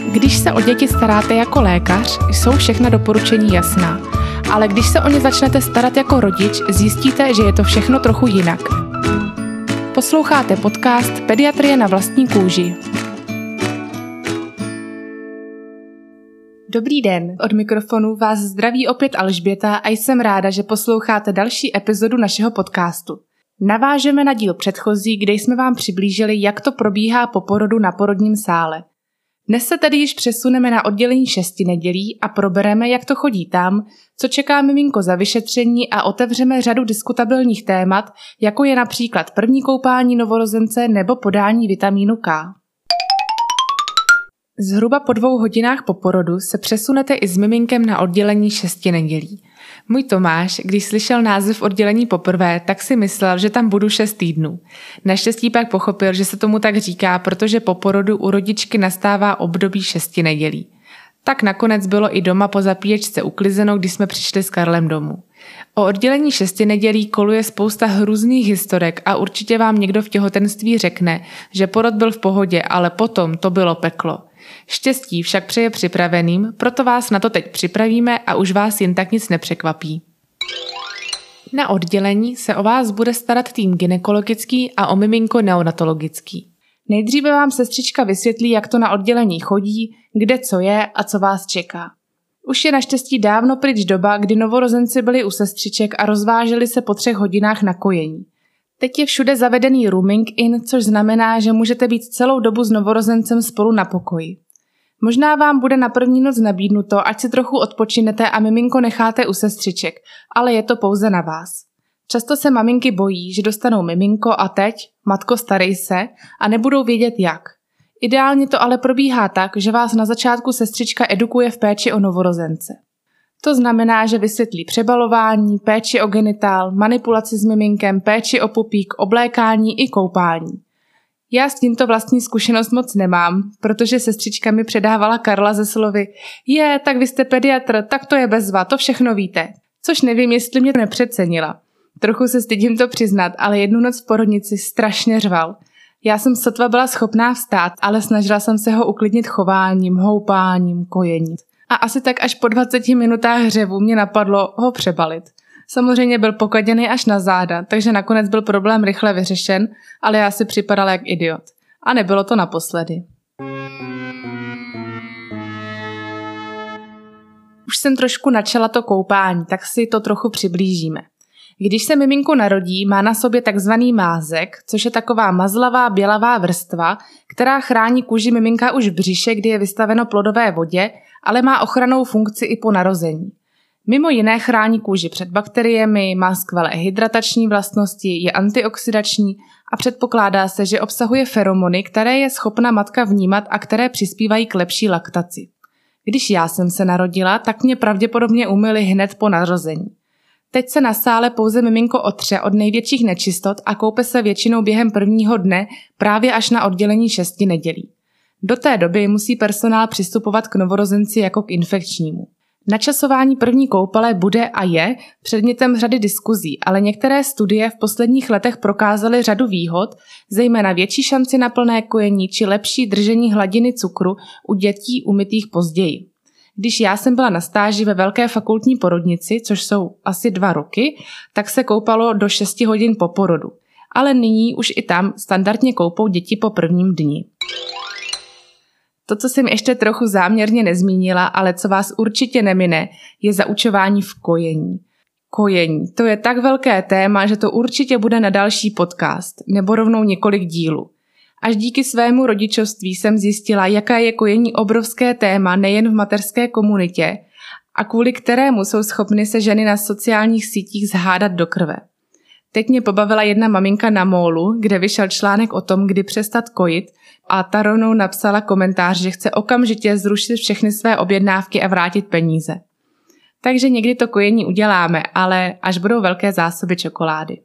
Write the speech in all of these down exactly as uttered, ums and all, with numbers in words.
Když se o děti staráte jako lékař, jsou všechna doporučení jasná. Ale když se o ně začnete starat jako rodič, zjistíte, že je to všechno trochu jinak. Posloucháte podcast Pediatrie na vlastní kůži. Dobrý den, od mikrofonu vás zdraví opět Alžběta a jsem ráda, že posloucháte další epizodu našeho podcastu. Navážeme na díl předchozí, kde jsme vám přiblížili, jak to probíhá po porodu na porodním sále. Dnes se tedy již přesuneme na oddělení šesti nedělí a probereme, jak to chodí tam, co čeká miminko za vyšetření a otevřeme řadu diskutabilních témat, jako je například první koupání novorozence nebo podání vitamínu K. Zhruba po dvou hodinách po porodu se přesunete i s miminkem na oddělení šesti nedělí. Můj Tomáš, když slyšel název oddělení poprvé, tak si myslel, že tam budu šest týdnů. Naštěstí pak pochopil, že se tomu tak říká, protože po porodu u rodičky nastává období šesti nedělí. Tak nakonec bylo i doma po zapíječce uklizeno, když jsme přišli s Karlem domů. O oddělení šesti nedělí koluje spousta různých historek a určitě vám někdo v těhotenství řekne, že porod byl v pohodě, ale potom to bylo peklo. Štěstí však přeje připraveným, proto vás na to teď připravíme a už vás jen tak nic nepřekvapí. Na oddělení se o vás bude starat tým gynekologický a o miminko neonatologický. Nejdříve vám sestřička vysvětlí, jak to na oddělení chodí, kde co je a co vás čeká. Už je naštěstí dávno pryč doba, kdy novorozenci byli u sestřiček a rozváželi se po třech hodinách na kojení. Teď je všude zavedený rooming in, což znamená, že můžete být celou dobu s novorozencem spolu na pokoji. Možná vám bude na první noc nabídnuto, ať si trochu odpočinete a miminko necháte u sestřiček, ale je to pouze na vás. Často se maminky bojí, že dostanou miminko a teď, matko starej se, a nebudou vědět jak. Ideálně to ale probíhá tak, že vás na začátku sestřička edukuje v péči o novorozence. To znamená, že vysvětlí přebalování, péči o genitál, manipulaci s miminkem, péči o pupík, oblékání i koupání. Já s tímto vlastní zkušenost moc nemám, protože sestřička mi předávala Karla ze slovy je, tak vy jste pediatr, tak to je bezva, to všechno víte. Což nevím, jestli mě to nepřecenila. Trochu se stydím to přiznat, ale jednu noc v porodnici strašně řval. Já jsem sotva byla schopná vstát, ale snažila jsem se ho uklidnit chováním, houpáním, kojením. A asi tak až po dvaceti minutách hřevu mě napadlo ho přebalit. Samozřejmě byl pokaděný až na záda, takže nakonec byl problém rychle vyřešen, ale já si připadala jak idiot. A nebylo to naposledy. Už jsem trošku načala to koupání, tak si to trochu přiblížíme. Když se miminko narodí, má na sobě takzvaný mázek, což je taková mazlavá bělavá vrstva, která chrání kůži miminka už v břiše, kdy je vystaveno plodové vodě, ale má ochrannou funkci i po narození. Mimo jiné chrání kůži před bakteriemi, má skvělé hydratační vlastnosti, je antioxidační a předpokládá se, že obsahuje feromony, které je schopna matka vnímat a které přispívají k lepší laktaci. Když já jsem se narodila, tak mě pravděpodobně umyli hned po narození. Teď se na sále pouze miminko otře od největších nečistot a koupe se většinou během prvního dne právě až na oddělení šesti nedělí. Do té doby musí personál přistupovat k novorozenci jako k infekčnímu. Načasování první koupele bude a je předmětem řady diskuzí, ale některé studie v posledních letech prokázaly řadu výhod, zejména větší šanci na plné kojení či lepší držení hladiny cukru u dětí umytých později. Když já jsem byla na stáži ve velké fakultní porodnici, což jsou asi dva roky, tak se koupalo do šesti hodin po porodu. Ale nyní už i tam standardně koupou děti po prvním dni. To, co jsem ještě trochu záměrně nezmínila, ale co vás určitě nemine, je zaučování v kojení. Kojení, to je tak velké téma, že to určitě bude na další podcast, nebo rovnou několik dílů. Až díky svému rodičovství jsem zjistila, jaké je kojení obrovské téma nejen v mateřské komunitě a kvůli kterému jsou schopny se ženy na sociálních sítích zhádat do krve. Teď mě pobavila jedna maminka na Mólu, kde vyšel článek o tom, kdy přestat kojit a ta rovnou napsala komentář, že chce okamžitě zrušit všechny své objednávky a vrátit peníze. Takže někdy to kojení uděláme, ale až budou velké zásoby čokolády.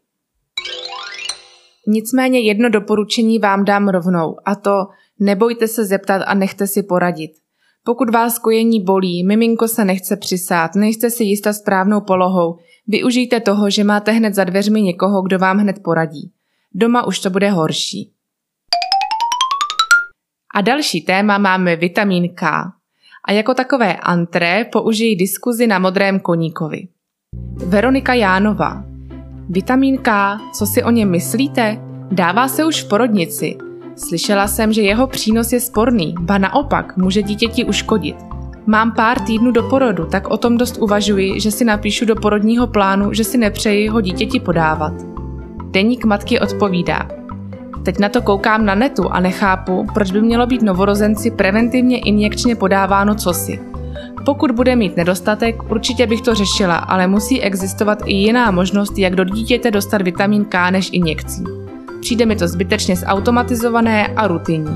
Nicméně jedno doporučení vám dám rovnou, a to nebojte se zeptat a nechte si poradit. Pokud vás kojení bolí, miminko se nechce přisát, nejste si jista správnou polohou, využijte toho, že máte hned za dveřmi někoho, kdo vám hned poradí. Doma už to bude horší. A další téma máme vitamin K. A jako takové antré použiji diskuzi na modrém koníkovi. Veronika Jánová. Vitamin K, co si o něm myslíte? Dává se už v porodnici. Slyšela jsem, že jeho přínos je sporný, ba naopak může dítěti uškodit. Mám pár týdnů do porodu, tak o tom dost uvažuji, že si napíšu do porodního plánu, že si nepřeji ho dítěti podávat. Deník matky odpovídá. Teď na to koukám na netu a nechápu, proč by mělo být novorozenci preventivně injekčně podáváno cosi. Pokud bude mít nedostatek, určitě bych to řešila, ale musí existovat i jiná možnost, jak do dítěte dostat vitamin K než injekcí. Přijde mi to zbytečně zautomatizované a rutinní.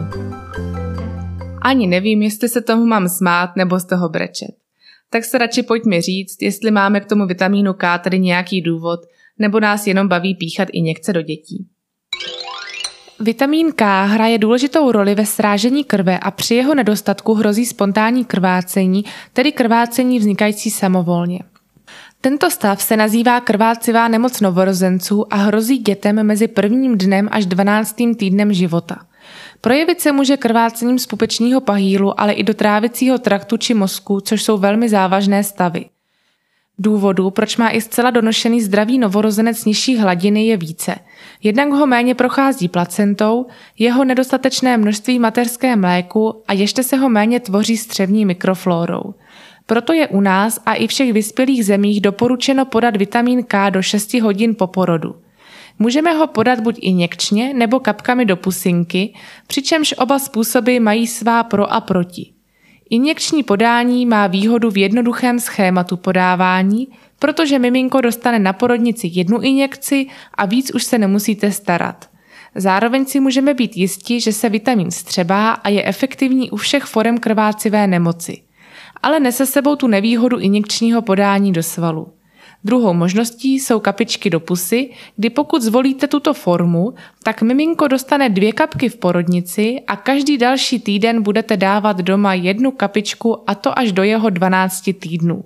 Ani nevím, jestli se tomu mám smát nebo z toho brečet. Tak se radši pojďme říct, jestli máme k tomu vitamínu K tedy nějaký důvod, nebo nás jenom baví píchat injekce do dětí. Vitamin K hraje důležitou roli ve srážení krve a při jeho nedostatku hrozí spontánní krvácení, tedy krvácení vznikající samovolně. Tento stav se nazývá krvácivá nemoc novorozenců a hrozí dětem mezi prvním dnem až dvanáctým týdnem života. Projevit se může krvácením z pupečního pahýlu, ale i do trávicího traktu či mozku, což jsou velmi závažné stavy. Důvodů, proč má i zcela donošený zdravý novorozenec nižší hladiny, je více. Jednak ho méně prochází placentou, jeho nedostatečné množství mateřské mléku a ještě se ho méně tvoří střevní mikroflórou. Proto je u nás a i všech vyspělých zemích doporučeno podat vitamin K do šesti hodin po porodu. Můžeme ho podat buď injekčně nebo kapkami do pusinky, přičemž oba způsoby mají svá pro a proti. Injekční podání má výhodu v jednoduchém schématu podávání, protože miminko dostane na porodnici jednu injekci a víc už se nemusíte starat. Zároveň si můžeme být jisti, že se vitamin vstřebá a je efektivní u všech forem krvácivé nemoci. Ale nese sebou tu nevýhodu injekčního podání do svalu. Druhou možností jsou kapičky do pusy, kdy pokud zvolíte tuto formu, tak miminko dostane dvě kapky v porodnici a každý další týden budete dávat doma jednu kapičku a to až do jeho dvanácti týdnů.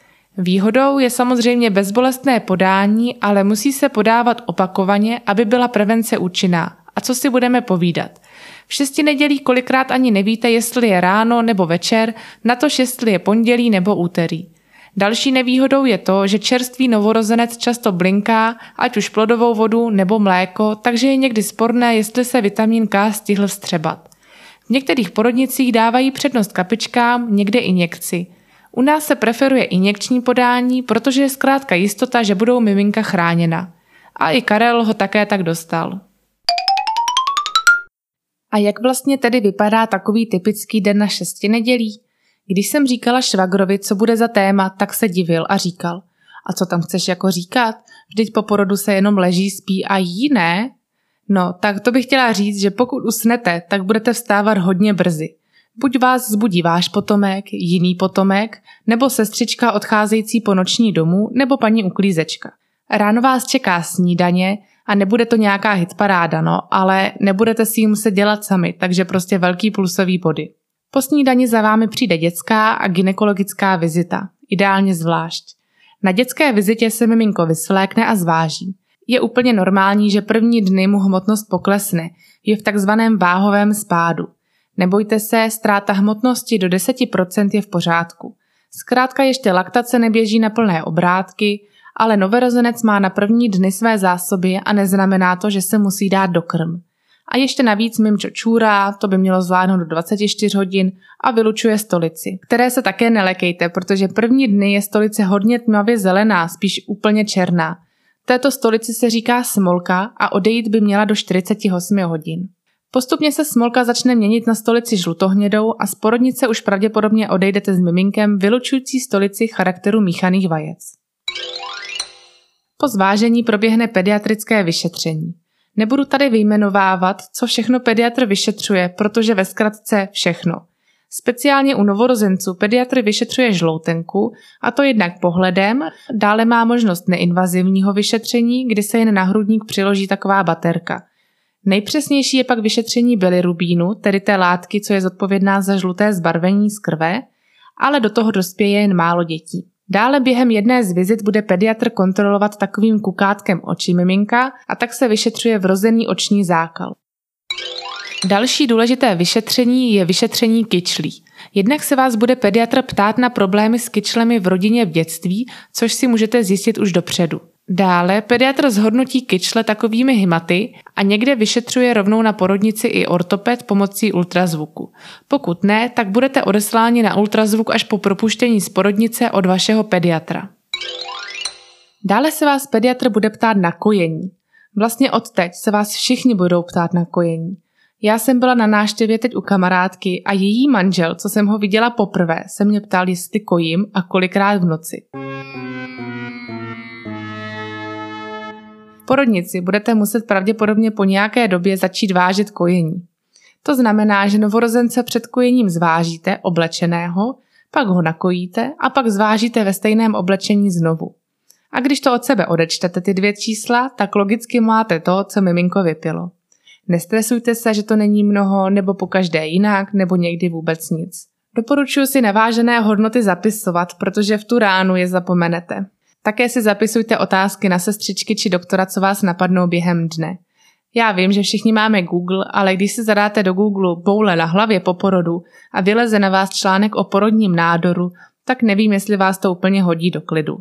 Výhodou je samozřejmě bezbolestné podání, ale musí se podávat opakovaně, aby byla prevence účinná. A co si budeme povídat? V šesti nedělí kolikrát ani nevíte, jestli je ráno nebo večer, natož jestli je pondělí nebo úterý. Další nevýhodou je to, že čerstvý novorozenec často blinká, ať už plodovou vodu nebo mléko, takže je někdy sporné, jestli se vitamin K stihl vstřebat. V některých porodnicích dávají přednost kapičkám, někde injekci. U nás se preferuje injekční podání, protože je zkrátka jistota, že budou miminka chráněna. A i Karel ho také tak dostal. A jak vlastně tedy vypadá takový typický den na šesti nedělí? Když jsem říkala švagrovi, co bude za téma, tak se divil a říkal: a co tam chceš jako říkat? Vždyť po porodu se jenom leží, spí a jí, ne? No, tak to bych chtěla říct, že pokud usnete, tak budete vstávat hodně brzy. Buď vás zbudí váš potomek, jiný potomek, nebo sestřička odcházející po noční domů, nebo paní uklízečka. Ráno vás čeká snídaně a nebude to nějaká hitparáda, no, ale nebudete si ji muset dělat sami, takže prostě velký plusový body. Po snídani za vámi přijde dětská a gynekologická vizita, ideálně zvlášť. Na dětské vizitě se miminko vysvlékne a zváží. Je úplně normální, že první dny mu hmotnost poklesne, je v takzvaném váhovém spádu. Nebojte se, ztráta hmotnosti do deset procent je v pořádku. Zkrátka ještě laktace neběží na plné obrátky, ale novorozenec má na první dny své zásoby a neznamená to, že se musí dát do krm. A ještě navíc mimčo čůrá, to by mělo zvládnout do dvacet čtyři hodin a vylučuje stolici, které se také nelekejte, protože první dny je stolice hodně tmavě zelená, spíš úplně černá. Této stolici se říká smolka a odejít by měla do čtyřicet osm hodin. Postupně se smolka začne měnit na stolici žlutohnědou a z porodnice už pravděpodobně odejdete s miminkem vylučující stolici charakteru míchaných vajec. Po zvážení proběhne pediatrické vyšetření. Nebudu tady vyjmenovávat, co všechno pediatr vyšetřuje, protože ve zkratce všechno. Speciálně u novorozenců pediatr vyšetřuje žloutenku, a to jednak pohledem, dále má možnost neinvazivního vyšetření, kdy se jen na hrudník přiloží taková baterka. Nejpřesnější je pak vyšetření bilirubínu, tedy té látky, co je zodpovědná za žluté zbarvení z krve, ale do toho dospěje jen málo dětí. Dále během jedné z vizit bude pediatr kontrolovat takovým kukátkem oči miminka a tak se vyšetřuje vrozený oční zákal. Další důležité vyšetření je vyšetření kyčlí. Jednak se vás bude pediatr ptát na problémy s kyčlemi v rodině v dětství, což si můžete zjistit už dopředu. Dále pediatr zhodnotí kyčle takovými hymaty a někde vyšetřuje rovnou na porodnici i ortoped pomocí ultrazvuku. Pokud ne, tak budete odesláni na ultrazvuk až po propuštění z porodnice od vašeho pediatra. Dále se vás pediatr bude ptát na kojení. Vlastně odteď se vás všichni budou ptát na kojení. Já jsem byla na návštěvě teď u kamarádky a její manžel, co jsem ho viděla poprvé, se mě ptal, jestli kojím a kolikrát v noci. V porodnici budete muset pravděpodobně po nějaké době začít vážit kojení. To znamená, že novorozence před kojením zvážíte oblečeného, pak ho nakojíte a pak zvážíte ve stejném oblečení znovu. A když to od sebe odečtete ty dvě čísla, tak logicky máte to, co miminko vypilo. Nestresujte se, že to není mnoho, nebo pokaždé jinak, nebo někdy vůbec nic. Doporučuji si navážené hodnoty zapisovat, protože v tu ránu je zapomenete. Také si zapisujte otázky na sestřičky či doktora, co vás napadnou během dne. Já vím, že všichni máme Google, ale když si zadáte do Google boule na hlavě po porodu a vyleze na vás článek o porodním nádoru, tak nevím, jestli vás to úplně hodí do klidu.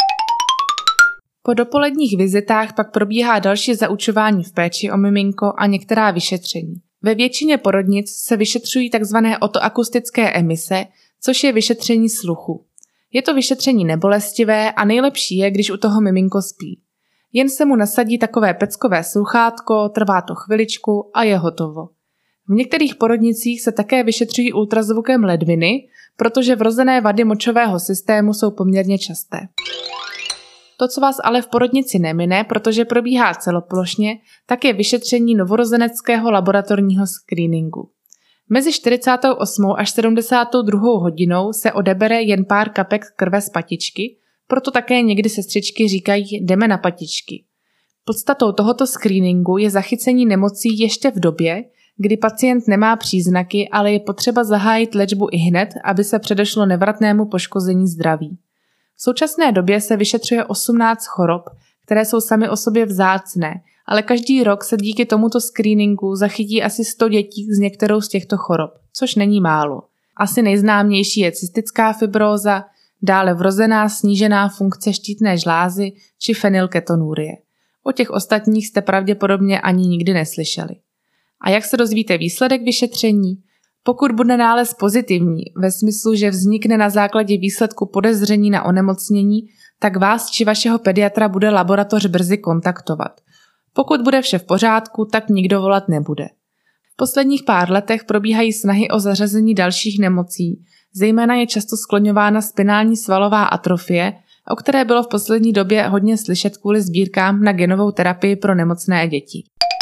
Po dopoledních vizitách pak probíhá další zaučování v péči o miminko a některá vyšetření. Ve většině porodnic se vyšetřují tzv. Otoakustické emise, což je vyšetření sluchu. Je to vyšetření nebolestivé a nejlepší je, když u toho miminko spí. Jen se mu nasadí takové peckové sluchátko, trvá to chviličku a je hotovo. V některých porodnicích se také vyšetřují ultrazvukem ledviny, protože vrozené vady močového systému jsou poměrně časté. To, co vás ale v porodnici nemine, protože probíhá celoplošně, tak je vyšetření novorozeneckého laboratorního screeningu. Mezi čtyřicátou osmou až sedmdesátou druhou hodinou se odebere jen pár kapek krve z patičky, proto také někdy sestřičky říkají jdeme na patičky. Podstatou tohoto screeningu je zachycení nemocí ještě v době, kdy pacient nemá příznaky, ale je potřeba zahájit léčbu ihned, aby se předešlo nevratnému poškození zdraví. V současné době se vyšetřuje osmnáct chorob, které jsou samy o sobě vzácné, ale každý rok se díky tomuto screeningu zachytí asi sto dětí s některou z těchto chorob, což není málo. Asi nejznámější je cystická fibróza, dále vrozená snížená funkce štítné žlázy či fenylketonurie. O těch ostatních jste pravděpodobně ani nikdy neslyšeli. A jak se dozvíte výsledek vyšetření? Pokud bude nález pozitivní, ve smyslu, že vznikne na základě výsledku podezření na onemocnění, tak vás či vašeho pediatra bude laboratoř brzy kontaktovat. Pokud bude vše v pořádku, tak nikdo volat nebude. V posledních pár letech probíhají snahy o zařazení dalších nemocí, zejména je často skloňována spinální svalová atrofie, o které bylo v poslední době hodně slyšet kvůli sbírkám na genovou terapii pro nemocné děti.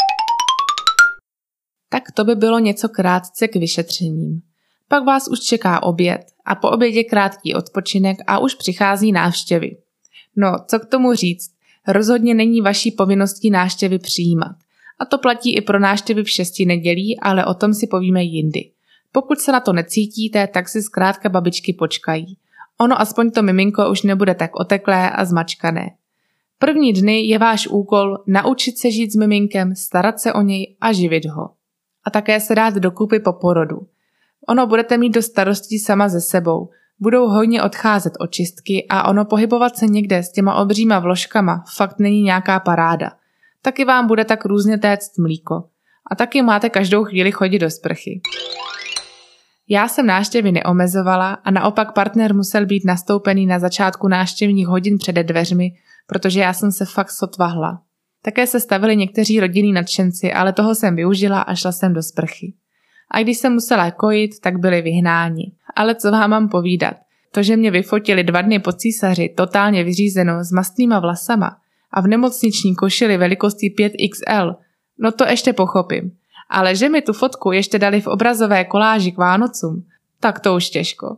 Tak to by bylo něco krátce k vyšetřením. Pak vás už čeká oběd a po obědě krátký odpočinek a už přichází návštěvy. No, co k tomu říct? Rozhodně není vaší povinností návštěvy přijímat. A to platí i pro návštěvy v šesti nedělí, ale o tom si povíme jindy. Pokud se na to necítíte, tak si zkrátka babičky počkají. Ono aspoň to miminko už nebude tak oteklé a zmačkané. První dny je váš úkol naučit se žít s miminkem, starat se o něj a živit ho. A také se dát dokupy po porodu. Ono budete mít dost starostí sama ze sebou. Budou hojně odcházet očistky a ono pohybovat se někde s těma obříma vložkama fakt není nějaká paráda. Taky vám bude tak různě téct mlíko. A taky máte každou chvíli chodit do sprchy. Já jsem návštěvy neomezovala a naopak partner musel být nastoupený na začátku návštěvních hodin přede dveřmi, protože já jsem se fakt sotvahla. Také se stavili někteří rodinní nadšenci, ale toho jsem využila a šla jsem do sprchy. A když jsem musela kojit, tak byli vyhnáni. Ale co vám mám povídat? To, že mě vyfotili dva dny po císaři totálně vyřízeno s mastnýma vlasama a v nemocniční košili velikostí pět iks el, no to ještě pochopím. Ale že mi tu fotku ještě dali v obrazové koláži k Vánocům, tak to už těžko.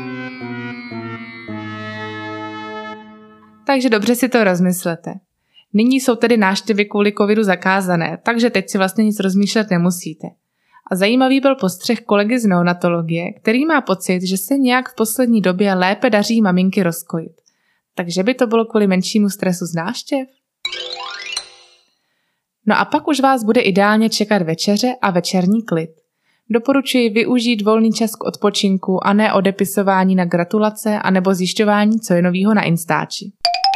Takže dobře si to rozmyslete. Nyní jsou tedy návštěvy kvůli covidu zakázané, takže teď si vlastně nic rozmýšlet nemusíte. A zajímavý byl postřeh kolegy z neonatologie, který má pocit, že se nějak v poslední době lépe daří maminky rozkojit. Takže by to bylo kvůli menšímu stresu z návštěv? No a pak už vás bude ideálně čekat večeře a večerní klid. Doporučuji využít volný čas k odpočinku a ne odepisování na gratulace anebo zjišťování, co je novýho na Instači.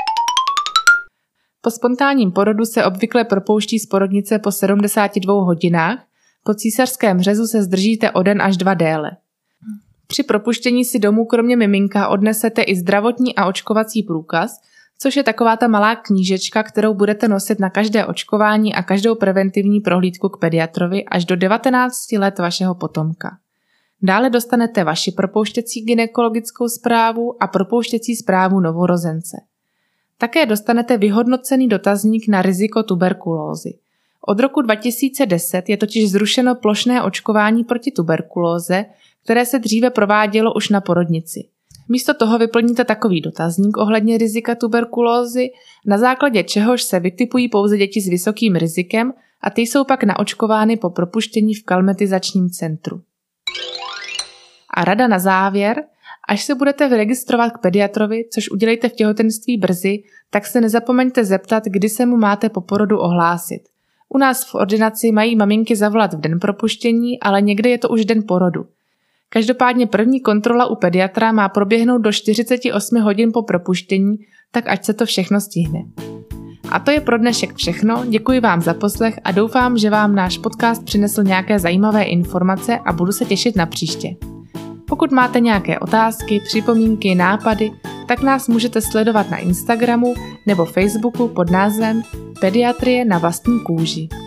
Po spontánním porodu se obvykle propouští z porodnice po sedmdesáti dvou hodinách, po císařském řezu se zdržíte o den až dva déle. Při propuštění si domů kromě miminka odnesete i zdravotní a očkovací průkaz, což je taková ta malá knížečka, kterou budete nosit na každé očkování a každou preventivní prohlídku k pediatrovi až do devatenácti let vašeho potomka. Dále dostanete vaši propouštěcí gynekologickou zprávu a propouštěcí zprávu novorozence. Také dostanete vyhodnocený dotazník na riziko tuberkulózy. Od roku dva tisíce deset je totiž zrušeno plošné očkování proti tuberkulóze, které se dříve provádělo už na porodnici. Místo toho vyplníte takový dotazník ohledně rizika tuberkulózy, na základě čehož se vytipují pouze děti s vysokým rizikem a ty jsou pak naočkovány po propuštění v kalmetizačním centru. A rada na závěr, až se budete registrovat k pediatrovi, což udělejte v těhotenství brzy, tak se nezapomeňte zeptat, kdy se mu máte po porodu ohlásit. U nás v ordinaci mají maminky zavolat v den propuštění, ale někde je to už den porodu. Každopádně první kontrola u pediatra má proběhnout do čtyřiceti osmi hodin po propuštění, tak ať se to všechno stihne. A to je pro dnešek všechno, děkuji vám za poslech a doufám, že vám náš podcast přinesl nějaké zajímavé informace a budu se těšit na příště. Pokud máte nějaké otázky, připomínky, nápady, tak nás můžete sledovat na Instagramu nebo Facebooku pod názvem Pediatrie na vlastní kůži.